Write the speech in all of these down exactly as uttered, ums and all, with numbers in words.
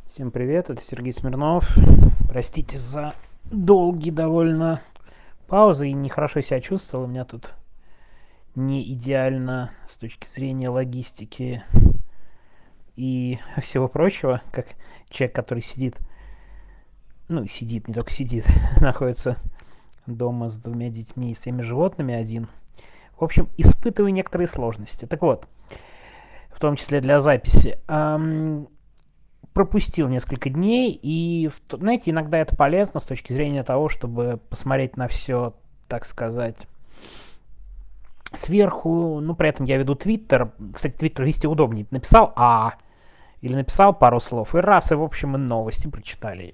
Всем привет, это Сергей Смирнов. Простите за долгие довольно паузы и нехорошо себя чувствовал. У меня тут не идеально с точки зрения логистики и всего прочего, как человек, который сидит, ну, сидит, не только сидит, находится дома с двумя детьми и своими животными один. В общем, испытываю некоторые сложности. Так вот, в том числе для записи. Ам, пропустил несколько дней, и, знаете, иногда это полезно с точки зрения того, чтобы посмотреть на все, так сказать, сверху. Ну, при этом я веду Твиттер. Кстати, Твиттер вести удобнее. Написал «А» или написал пару слов, и раз, и, в общем, и новости прочитали.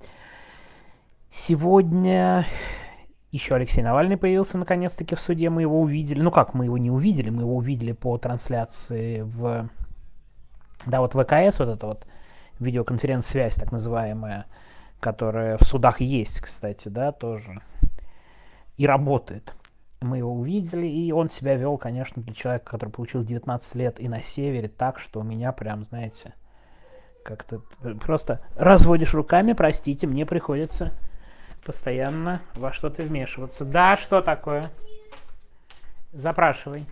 Сегодня еще Алексей Навальный появился наконец-таки в суде, мы его увидели. Ну как, мы его не увидели, мы его увидели по трансляции в... Да, вот ВКС, вот это вот видеоконференц-связь так называемая, которая в судах есть, кстати, да, тоже, и работает. Мы его увидели, и он себя вел, конечно, для человека, который получил девятнадцать лет и на севере, так, что у меня прям, знаете, как-то просто разводишь руками, простите, мне приходится постоянно во что-то вмешиваться. Да, что такое? Запрашивай.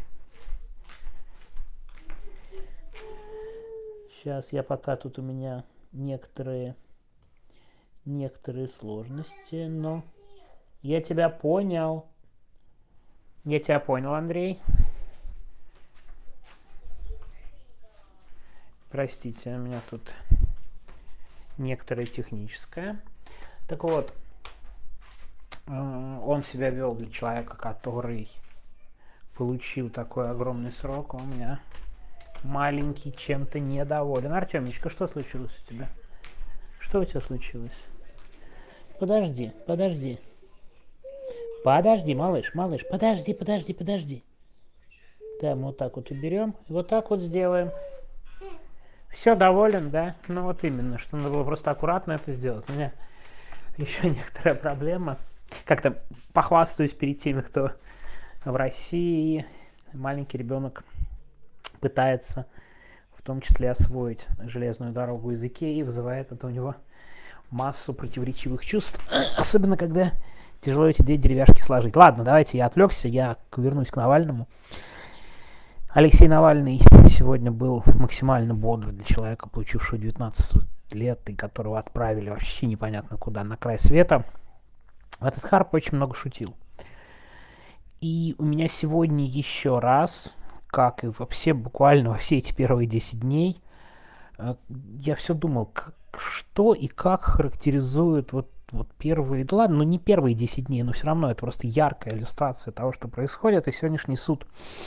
Сейчас я пока тут у меня некоторые некоторые сложности, но я тебя понял. Я тебя понял, Андрей. Простите, у меня тут некоторое техническое. Так вот, он себя вел для человека, который получил такой огромный срок. У меня маленький чем-то недоволен. Артемечка, что случилось у тебя? Что у тебя случилось? Подожди, подожди. Подожди, малыш, малыш, подожди, подожди, подожди. Да, мы вот так вот уберем. И вот так вот сделаем. Все, доволен, да? Ну вот именно, что надо было просто аккуратно это сделать. У меня еще некоторая проблема. Как-то похвастаюсь перед теми, кто в России. Маленький ребенок пытается в том числе освоить железную дорогу из Икеи, и вызывает это у него массу противоречивых чувств, особенно когда тяжело эти две деревяшки сложить. Ладно, давайте я отвлекся, я вернусь к Навальному. Алексей Навальный сегодня был максимально бодр для человека, получившего девятнадцать лет, и которого отправили вообще непонятно куда, на край света. Этот Харп очень много шутил. И у меня сегодня еще раз, как и вообще буквально во все эти первые десять дней, я все думал, как, что и как характеризует вот, вот первые, да ладно, ну не первые десять дней, но все равно это просто яркая иллюстрация того, что происходит. И сегодняшний суд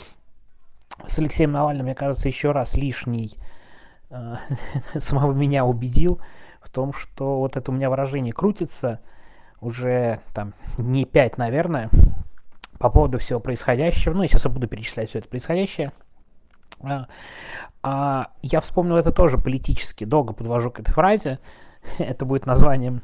с Алексеем Навальным, мне кажется, еще раз лишний э, самого меня убедил в том, что вот это у меня выражение крутится уже там не пять, наверное, по поводу всего происходящего. Ну, я сейчас я буду перечислять все это происходящее. А, а, я вспомнил это тоже политически, долго подвожу к этой фразе. Это будет названием,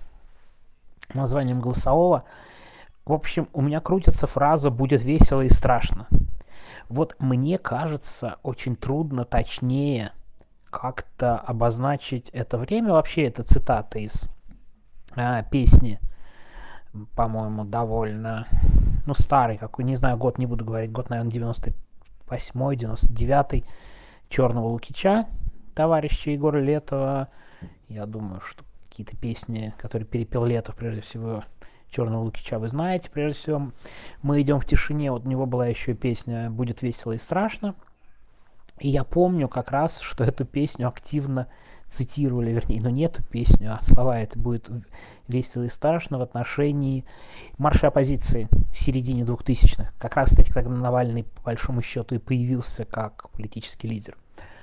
названием голосового. В общем, у меня крутится фраза «будет весело и страшно». Вот мне кажется, очень трудно точнее как-то обозначить это время. Вообще, это цитата из а, песни, по-моему, довольно, ну, старый, какой, не знаю, год не буду говорить, год, наверное, девяносто восьмой, девяносто девятый, «Черного Лукича» товарища Егора Летова. Я думаю, что какие-то песни, которые перепел Летов, прежде всего, «Черного Лукича» вы знаете, прежде всего. «Мы идем в тишине», вот у него была еще песня «Будет весело и страшно». И я помню как раз, что эту песню активно цитировали, вернее, ну не эту песню, а слова «это будет весело и страшно» в отношении марша оппозиции в середине двухтысячных. Как раз, кстати, когда Навальный, по большому счету, и появился как политический лидер.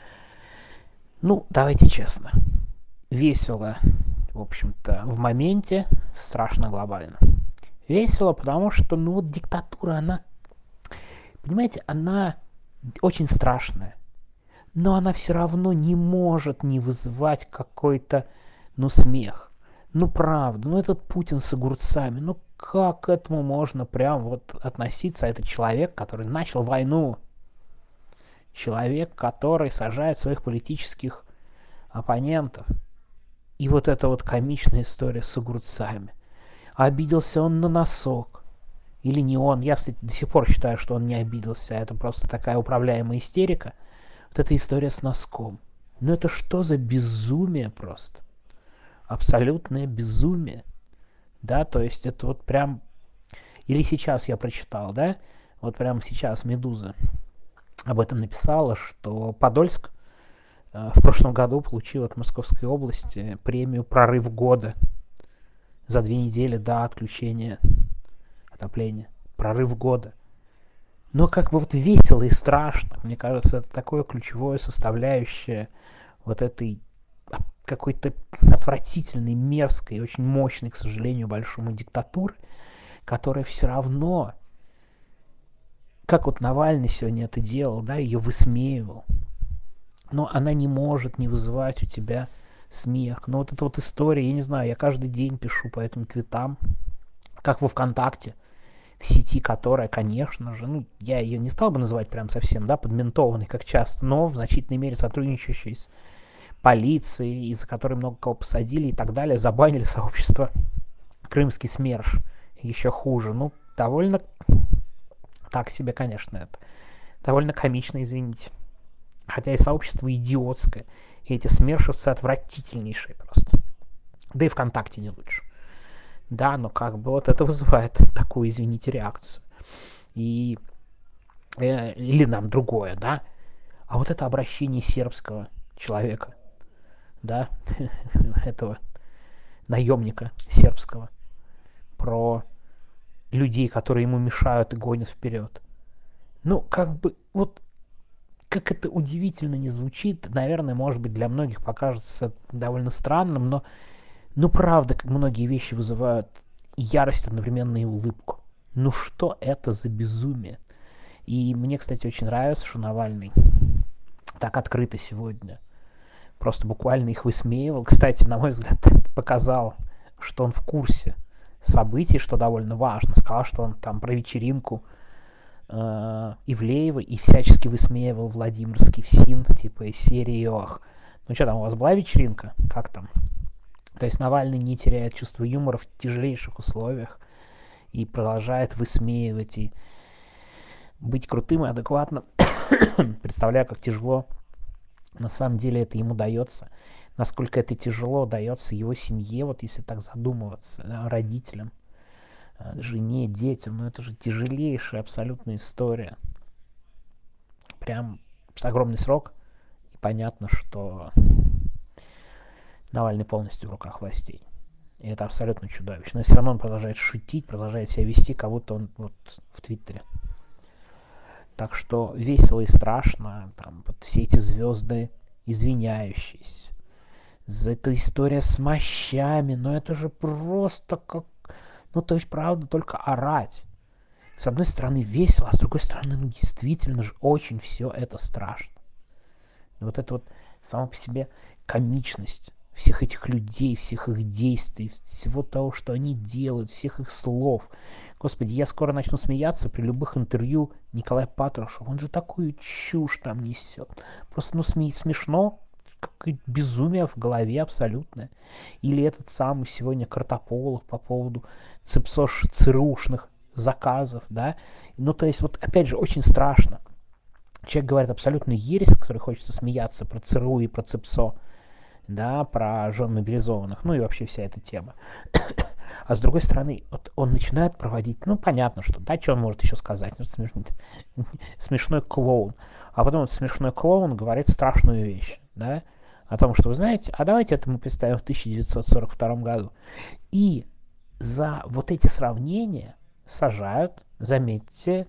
Ну, давайте честно. Весело, в общем-то, в моменте, страшно глобально. Весело, потому что, ну вот диктатура, она, понимаете, она очень страшная. Но она все равно не может не вызывать какой-то, ну, смех. Ну, правда, ну, этот Путин с огурцами, ну, как к этому можно прям вот относиться? А это человек, который начал войну. Человек, который сажает своих политических оппонентов. И вот эта вот комичная история с огурцами. Обиделся он на носок. Или не он. Я, кстати, до сих пор считаю, что он не обиделся. Это просто такая управляемая истерика. Вот эта история с носком. Ну это что за безумие просто? Абсолютное безумие. Да, то есть это вот прям... Или сейчас я прочитал, да? Вот прямо сейчас «Медуза» об этом написала, что Подольск э, в прошлом году получил от Московской области премию «Прорыв года» за две недели до отключения отопления. Прорыв года. Но как бы вот весело и страшно. Мне кажется, это такое ключевое составляющее вот этой какой-то отвратительной, мерзкой и очень мощной, к сожалению, большому диктатуры, которая все равно, как вот Навальный сегодня это делал, да, ее высмеивал, но она не может не вызывать у тебя смех. Но вот эта вот история, я не знаю, я каждый день пишу по этим твитам, как во ВКонтакте, в сети, которая, конечно же, ну, я ее не стал бы называть прям совсем, да, подментованной, как часто, но в значительной мере сотрудничающей с полицией, из-за которой много кого посадили и так далее, забанили сообщество «Крымский СМЕРШ». Еще хуже. Ну, довольно так себе, конечно, это. Довольно комично, извините. Хотя и сообщество идиотское. И эти СМЕРШевцы отвратительнейшие просто. Да и ВКонтакте не лучше. Да, но как бы вот это вызывает такую, извините, реакцию. И... Э, или нам другое, да? А вот это обращение сербского человека, да, этого наемника сербского, про людей, которые ему мешают и гонят вперед. Ну, как бы, вот, как это удивительно не звучит, наверное, может быть, для многих покажется довольно странным, но, ну, правда, как многие вещи вызывают и ярость одновременно, и улыбку. Ну, что это за безумие? И мне, кстати, очень нравится, что Навальный так открыто сегодня просто буквально их высмеивал. Кстати, на мой взгляд, показал, что он в курсе событий, что довольно важно. Сказал, что он там про вечеринку э, Ивлеева и всячески высмеивал Владимирский ФСИН, типа из серии «Ох, ну что там, у вас была вечеринка? Как там?» То есть Навальный не теряет чувство юмора в тяжелейших условиях и продолжает высмеивать и быть крутым и адекватным. Представляю, как тяжело на самом деле это ему дается. Насколько это тяжело дается его семье, вот если так задумываться, да, родителям, жене, детям. Ну это же тяжелейшая абсолютно история. Прям огромный срок. И понятно, что Навальный полностью в руках властей. И это абсолютно чудовищно. Но все равно он продолжает шутить, продолжает себя вести, как будто он вот в Твиттере. Так что весело и страшно. Там вот все эти звезды извиняющиеся. За эту история с мощами. Ну это же просто как... Ну то есть правда только орать. С одной стороны весело, а с другой стороны, ну действительно же очень все это страшно. И вот это вот сама по себе комичность всех этих людей, всех их действий, всего того, что они делают, всех их слов. Господи, я скоро начну смеяться при любых интервью Николая Патрушева. Он же такую чушь там несет. Просто, ну, сме- смешно, какое-то безумие в голове абсолютное. Или этот самый сегодня Картополов по поводу ЦИПСО-ЦРУшных заказов, да. Ну, то есть, вот, опять же, очень страшно. Человек говорит абсолютно ересь, в которой хочется смеяться про ЦРУ и про ЦИПСО, да, про жен мобилизованных, ну и вообще вся эта тема. А с другой стороны, вот он начинает проводить, ну, понятно, что, да, что он может еще сказать, ну, смешной, смешной клоун. А потом этот смешной клоун говорит страшную вещь, да, о том, что, вы знаете, а давайте это мы представим в тысяча девятьсот сорок втором году. И за вот эти сравнения сажают, заметьте,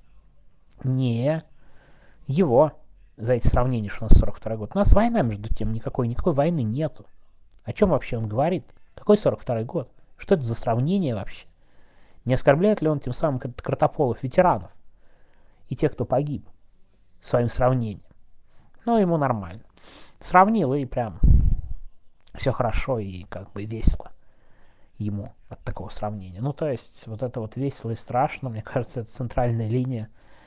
не его, за эти сравнения, что у нас сорок второй год. У нас война, между тем, никакой, никакой войны нету. О чем вообще он говорит? Какой сорок второй год? Что это за сравнение вообще? Не оскорбляет ли он тем самым Картополов, ветеранов и тех, кто погиб, своим сравнением? Ну, ему нормально. Сравнил, и прям все хорошо и как бы весело ему от такого сравнения. Ну, то есть, вот это вот весело и страшно, мне кажется, это центральная линия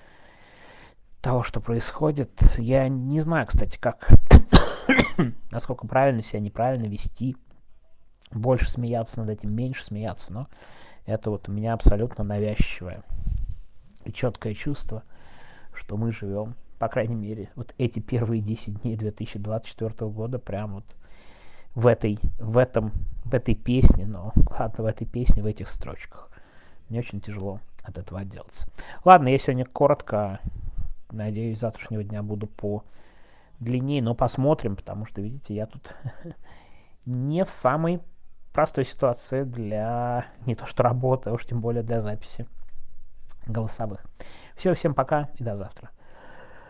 того, что происходит. Я не знаю, кстати, как, насколько правильно себя неправильно вести больше смеяться над этим, меньше смеяться, но это вот у меня абсолютно навязчивое и четкое чувство, что мы живем, по крайней мере, вот эти первые десять дней две тысячи двадцать четвёртого года прям вот в этой, в этом, в этой песне, но ладно, в этой песне, в этих строчках. Мне очень тяжело от этого отделаться. Ладно, я сегодня коротко, надеюсь, завтрашнего дня буду по длиннее, но посмотрим, потому что, видите, я тут не в самой простой ситуации для не то что работы, а уж тем более для записи голосовых. Все, всем пока и до завтра.